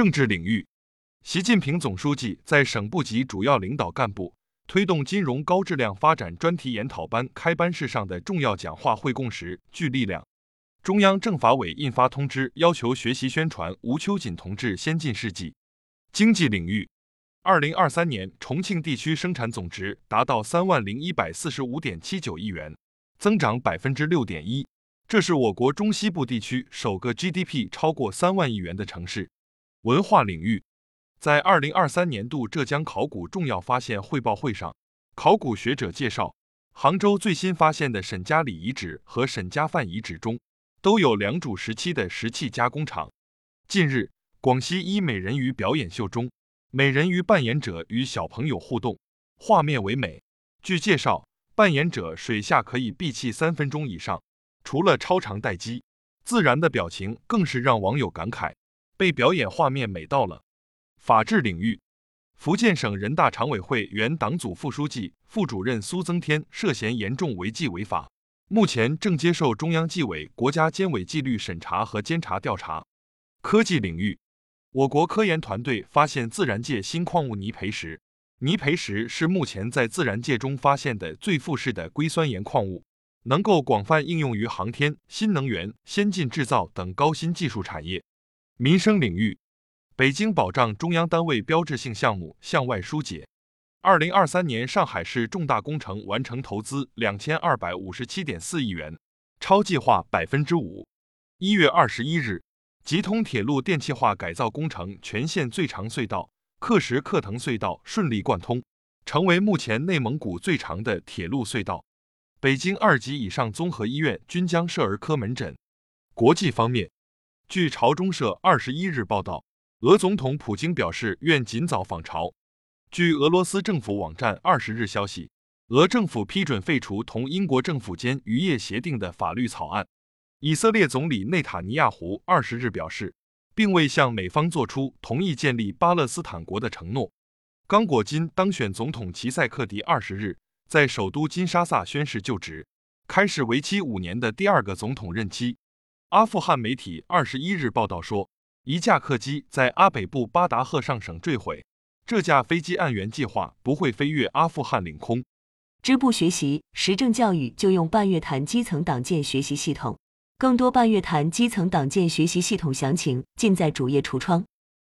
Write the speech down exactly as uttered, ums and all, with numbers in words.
政治领域，习近平总书记在省部级主要领导干部推动金融高质量发展专题研讨班开班式上的重要讲话会供时聚力量。中央政法委印发通知，要求学习宣传吴秋瑾同志先进事迹。经济领域，二零二三年重庆地区生产总值达到三万零一百四十五点七九亿元，增长百分之六点一，这是我国中西部地区首个 G D P 超过三万亿元的城市。文化领域，在二零二三年度浙江考古重要发现汇报会上，考古学者介绍，杭州最新发现的沈家里遗址和沈家范遗址中都有良渚时期的石器加工厂。近日，广西一美人鱼表演秀中，美人鱼扮演者与小朋友互动，画面唯美。据介绍，扮演者水下可以闭气三分钟以上，除了超长待机，自然的表情更是让网友感慨，被表演画面美到了。法治领域，福建省人大常委会原党组副书记、副主任苏增添涉嫌严重违纪违法，目前正接受中央纪委国家监委纪律审查和监察调查。科技领域，我国科研团队发现自然界新矿物泥培石。泥培石是目前在自然界中发现的最富士的硅酸盐矿物，能够广泛应用于航天、新能源、先进制造等高新技术产业。民生领域，北京保障中央单位标志性项目向外疏解。二零二三年上海市重大工程完成投资两千二百五十七点四亿元，超计划百分之五。一月二十一日，吉通铁路电气化改造工程全线最长隧道克什克腾隧道顺利贯通，成为目前内蒙古最长的铁路隧道。北京二级以上综合医院均将设儿科门诊。国际方面，据朝中社二十一日报道，俄总统普京表示愿尽早访朝。据俄罗斯政府网站二十日消息，俄政府批准废除同英国政府间渔业协定的法律草案。以色列总理内塔尼亚胡二十日表示，并未向美方做出同意建立巴勒斯坦国的承诺。刚果金当选总统齐塞克迪二十日在首都金沙萨宣誓就职，开始为期五年的第二个总统任期。阿富汗媒体二十一日报道说，一架客机在阿北部巴达赫上省坠毁，这架飞机按原计划不会飞越阿富汗领空。 支部学习实政教育就用半月谈基层党建学习系统，更多半月谈基层党建学习系统详情尽在主页橱窗。